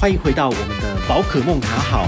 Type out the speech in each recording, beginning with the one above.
欢迎回到我们的宝可梦卡好。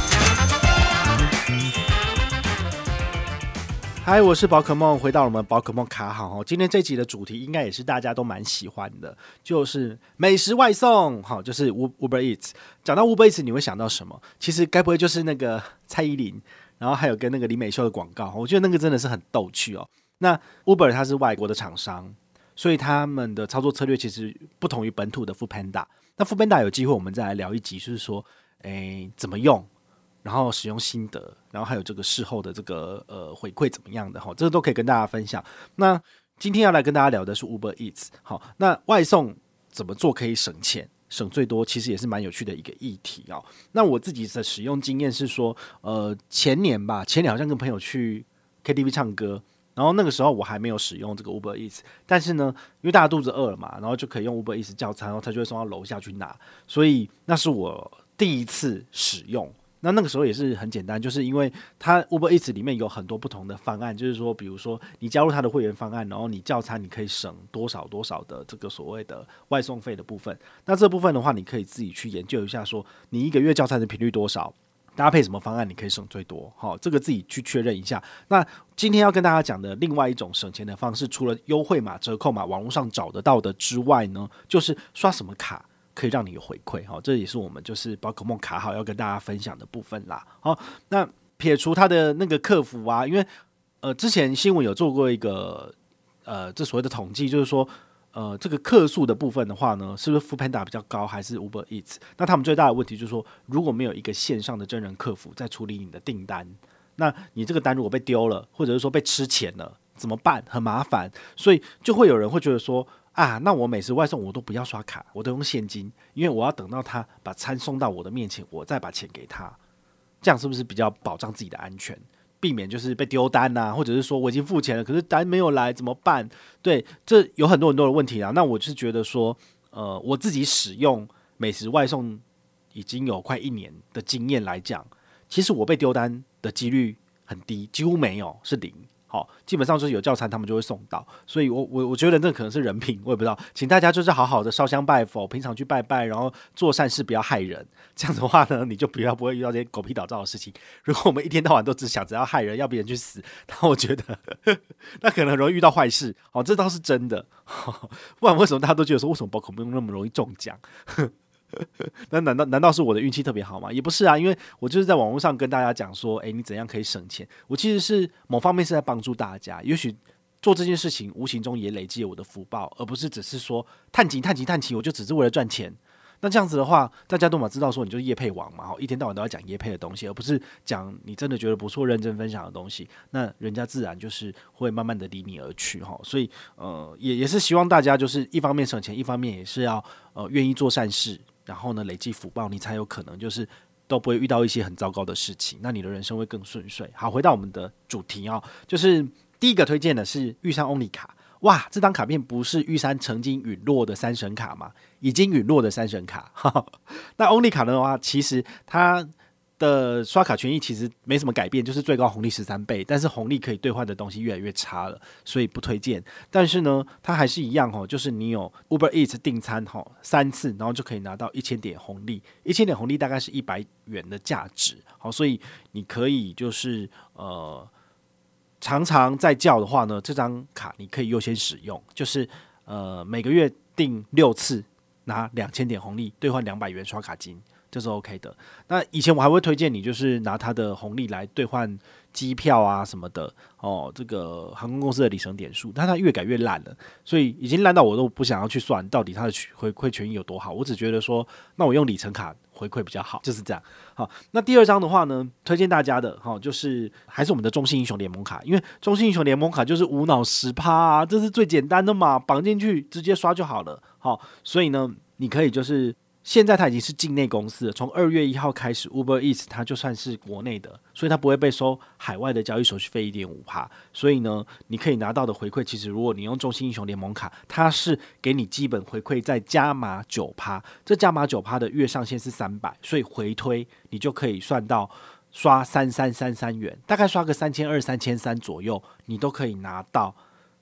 嗨，我是宝可梦，回到我们宝可梦卡好。今天这集的主题应该也是大家都蛮喜欢的，就是美食外送，就是 Uber Eats。讲到 Uber Eats， 你会想到什么？其实该不会就是那个蔡依林，然后还有跟那个李美秀的广告？我觉得那个真的是很逗趣哦。那 Uber 它是外国的厂商，所以他们的操作策略其实不同于本土的 Foodpanda。那 Foodpanda 有机会我们再来聊一集，就是说，怎么用，然后使用心得，然后还有这个事后的这个回馈怎么样的，这个都可以跟大家分享。那今天要来跟大家聊的是 Uber Eats。好，那外送怎么做可以省钱？省最多，其实也是蛮有趣的一个议题哦。那我自己的使用经验是说，前年好像跟朋友去 KTV 唱歌。然后那个时候我还没有使用这个 Uber Eats， 但是呢，因为大家肚子饿了嘛，然后就可以用 Uber Eats 叫餐，然后他就会送到楼下去拿，所以那是我第一次使用。那个时候也是很简单，就是因为它 Uber Eats 里面有很多不同的方案，就是说，比如说你加入它的会员方案，然后你叫餐，你可以省多少多少的这个所谓的外送费的部分。那这部分的话，你可以自己去研究一下，说你一个月叫餐的频率多少。搭配什么方案你可以省最多，这个自己去确认一下。那今天要跟大家讲的另外一种省钱的方式，除了优惠码、折扣码网络上找得到的之外呢，就是刷什么卡可以让你有回馈，这也是我们就是宝可梦卡好要跟大家分享的部分啦。那撇除它的那个客服啊，因为之前新闻有做过一个这所谓的统计，就是说这个客诉的部分的话呢，是不是 Foodpanda 比较高，还是 Uber Eats？ 那他们最大的问题就是说，如果没有一个线上的真人客服在处理你的订单，那你这个单如果被丢了，或者是说被吃钱了，怎么办？很麻烦，所以就会有人会觉得说，那我美食外送我都不要刷卡，我都用现金，因为我要等到他把餐送到我的面前，我再把钱给他，这样是不是比较保障自己的安全？避免就是被丢单啊，或者是说我已经付钱了，可是单没有来怎么办？对，这有很多的问题啊。那我就是觉得说，我自己使用美食外送已经有快1年的经验来讲，其实我被丢单的几率很低，几乎没有，是0。基本上就是有叫餐他们就会送到，所以我觉得那可能是人品，我也不知道，请大家就是好好的烧香拜佛，平常去拜拜，然后做善事，不要害人，这样子的话呢，你就不会遇到这些狗屁倒灶的事情。如果我们一天到晚都只想着要害人，要别人去死，那我觉得那可能容易遇到坏事，这倒是真的。不然为什么大家都觉得说，为什么宝可梦那么容易中奖？那难道是我的运气特别好吗？也不是啊，因为我就是在网络上跟大家讲说，你怎样可以省钱。我其实是某方面是在帮助大家，也许做这件事情无形中也累积了我的福报，而不是只是说探勤，我就只是为了赚钱。那这样子的话，大家都嘛知道说你就是业配王嘛，一天到晚都要讲业配的东西，而不是讲你真的觉得不错、认真分享的东西，那人家自然就是会慢慢的离你而去。所以也是希望大家就是一方面省钱，一方面也是要愿意做善事，然后呢累积福报，你才有可能就是都不会遇到一些很糟糕的事情，那你的人生会更顺遂。好，回到我们的主题就是第一个推荐的是玉山 Only 卡。哇，这张卡片不是玉山曾经陨落的3神卡吗？已经陨落的3神卡。那 Only 卡的话，其实它的刷卡权益其实没什么改变，就是最高红利13倍，但是红利可以兑换的东西越来越差了，所以不推荐。但是呢，它还是一样就是你有 Uber Eats 订餐3次，然后就可以拿到1000点红利，1000点红利大概是100元的价值。所以你可以就是常常在叫的话呢，这张卡你可以优先使用，就是每个月订6次，拿2000点红利兑换200元刷卡金，这是 OK 的。那以前我还会推荐你就是拿它的红利来兑换机票啊什么的这个航空公司的里程点数，但它越改越烂了，所以已经烂到我都不想要去算到底它的回馈权益有多好，我只觉得说那我用里程卡回馈比较好，就是这样。好，那第二张的话呢，推荐大家的就是还是我们的中信英雄联盟卡，因为中信英雄联盟卡就是无脑10%啊，这是最简单的嘛，绑进去直接刷就好了。好，所以呢，你可以就是现在它已经是境内公司了，从2月1号开始 Uber Eats 它就算是国内的，所以它不会被收海外的交易手续费 1.5%。所以呢，你可以拿到的回馈，其实如果你用中信英雄联盟卡，它是给你基本回馈再加码 9%， 这加码 9% 的月上限是300，所以回推你就可以算到刷3333元，大概刷个3200、3300左右，你都可以拿到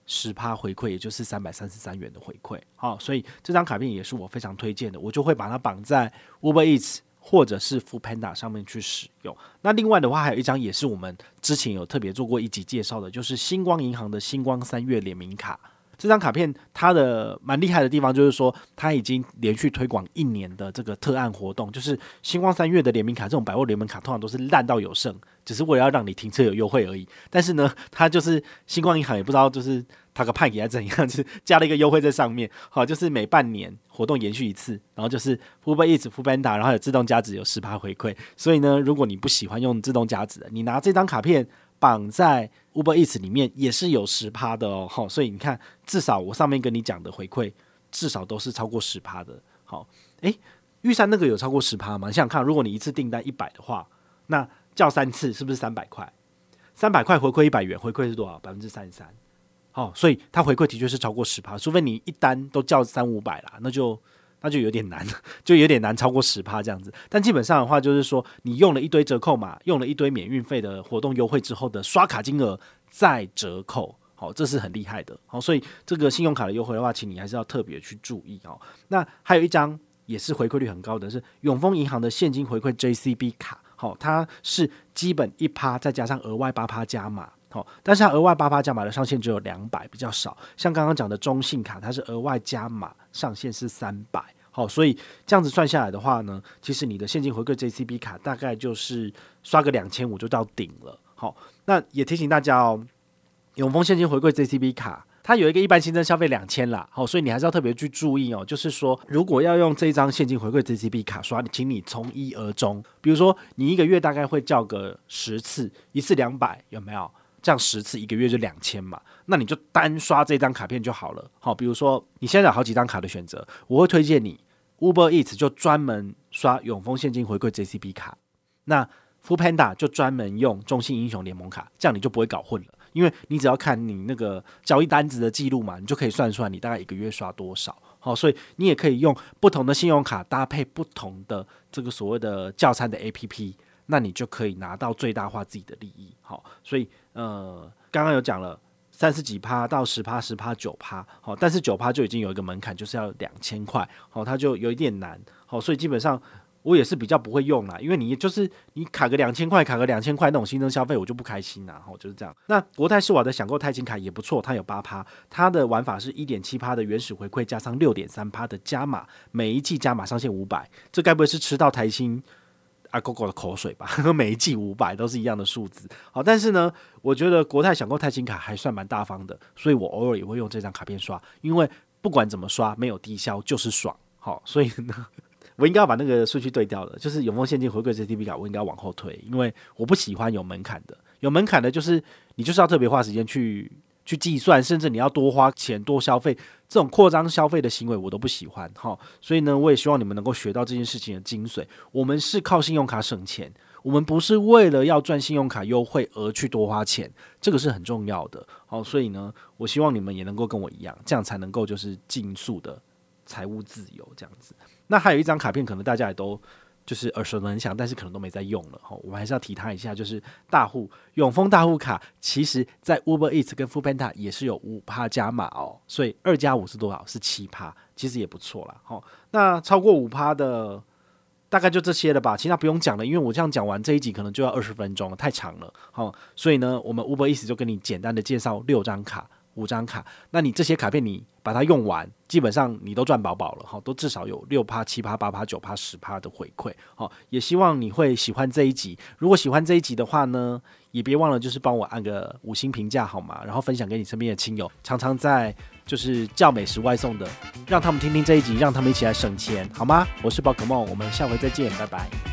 10%回馈，也就是333元的回馈。好，所以这张卡片也是我非常推荐的，我就会把它绑在 Uber Eats 或者是 Foodpanda 上面去使用。那另外的话，还有一张也是我们之前有特别做过一集介绍的，就是星光银行的星光3月联名卡。这张卡片它的蛮厉害的地方就是说，它已经连续推广1年的这个特案活动，就是星光3月的联名卡，这种百货联名卡通常都是烂到有剩，只是为了要让你停车有优惠而已。但是呢，它就是星光银行也不知道就是它个派给还怎样，就是加了一个优惠在上面，好，就是每半年活动延续一次，然后就是 Uber Eats、Foodpanda， 然后有自动加值，有10%回馈。所以呢，如果你不喜欢用自动加值的，你拿这张卡片绑在 Uber Eats 里面也是有10%的哦，所以你看，至少我上面跟你讲的回馈，至少都是超过10%的。好，玉山那个有超过10%吗？你想想看，如果你一次订单100的话，那叫3次是不是300块？300块回馈100元，回馈是多少？33%。好，所以它回馈的确是超过10%，除非你一单都叫300-500啦，那就有点难，就有点难超过10%这样子。但基本上的话，就是说你用了一堆折扣码，用了一堆免运费的活动优惠之后的刷卡金额再折扣，好，这是很厉害的。好，所以这个信用卡的优惠的话，请你还是要特别去注意哦。那还有一张也是回馈率很高的，是永丰银行的现金回馈 JCB 卡，好，它是基本1%再加上额外8%加码。好，但是它额外8%加码的上限只有200，比较少。像刚刚讲的中信卡，它是额外加码，上限是300。好，所以这样子算下来的话呢，其实你的现金回馈 JCB 卡大概就是刷个2500就到顶了。好，那也提醒大家哦，永丰现金回馈 JCB 卡，它有一个一般新增消费2000啦，好，所以你还是要特别去注意哦。就是说，如果要用这一张现金回馈 JCB 卡刷，请你从一而终。比如说，你一个月大概会叫个10次，一次200，有没有？这样10次，一个月就2000嘛，那你就单刷这张卡片就好了。好，比如说你现在有好几张卡的选择，我会推荐你 Uber Eats 就专门刷永丰现金回馈 JCB 卡，那 Foodpanda 就专门用中信英雄联盟卡，这样你就不会搞混了，因为你只要看你那个交易单子的记录嘛，你就可以算出来你大概一个月刷多少。好，所以你也可以用不同的信用卡搭配不同的这个所谓的叫餐的 APP。那你就可以拿到最大化自己的利益。好，所以刚刚有讲了30几%到10%、10%、9%，好，但是9%就已经有一个门槛，就是要2000块，好，它就有一点难。好，所以基本上我也是比较不会用啦，因为你就是你卡个2000块，卡个2000块那种新增消费，我就不开心啦，就是这样。那国泰世华的享购钛金卡也不错，它有8%，它的玩法是 1.7% 的原始回馈加上 6.3% 的加码，每一季加码上限500，这该不会是吃到台新阿狗狗的口水吧？每一季500都是一样的数字。好，但是呢，我觉得国泰享购钛金卡还算蛮大方的，所以我偶尔也会用这张卡片刷，因为不管怎么刷，没有低消就是爽。好，所以呢，我应该要把那个顺序对调了，就是永丰现金回馈 JCB 卡，我应该往后推，因为我不喜欢有门槛的。有门槛的，就是你就是要特别花时间去计算，甚至你要多花钱多消费，这种扩张消费的行为我都不喜欢。所以呢，我也希望你们能够学到这件事情的精髓。我们是靠信用卡省钱，我们不是为了要赚信用卡优惠而去多花钱，这个是很重要的。好，所以呢，我希望你们也能够跟我一样，这样才能够就是尽速的财务自由这样子。那还有一张卡片，可能大家也都就是耳熟能详，但是可能都没在用了。我们还是要提它一下，就是大户永丰大户卡，其实在 Uber Eats 跟 Foodpanda 也是有5%加码哦，所以2+5是多少？是7%，其实也不错啦。那超过5%的大概就这些了吧，其他不用讲了，因为我这样讲完这一集可能就要20分钟了，太长了。所以呢，我们 Uber Eats 就跟你简单的介绍6张卡。5张卡，那你这些卡片你把它用完，基本上你都赚饱饱了，都至少有6%、7%、8%、9%、10%的回馈。也希望你会喜欢这一集。如果喜欢这一集的话呢，也别忘了就是帮我按个5星评价好吗？然后分享给你身边的亲友，常常在就是叫美食外送的，让他们听听这一集，让他们一起来省钱好吗？我是宝可梦，我们下回再见，拜拜。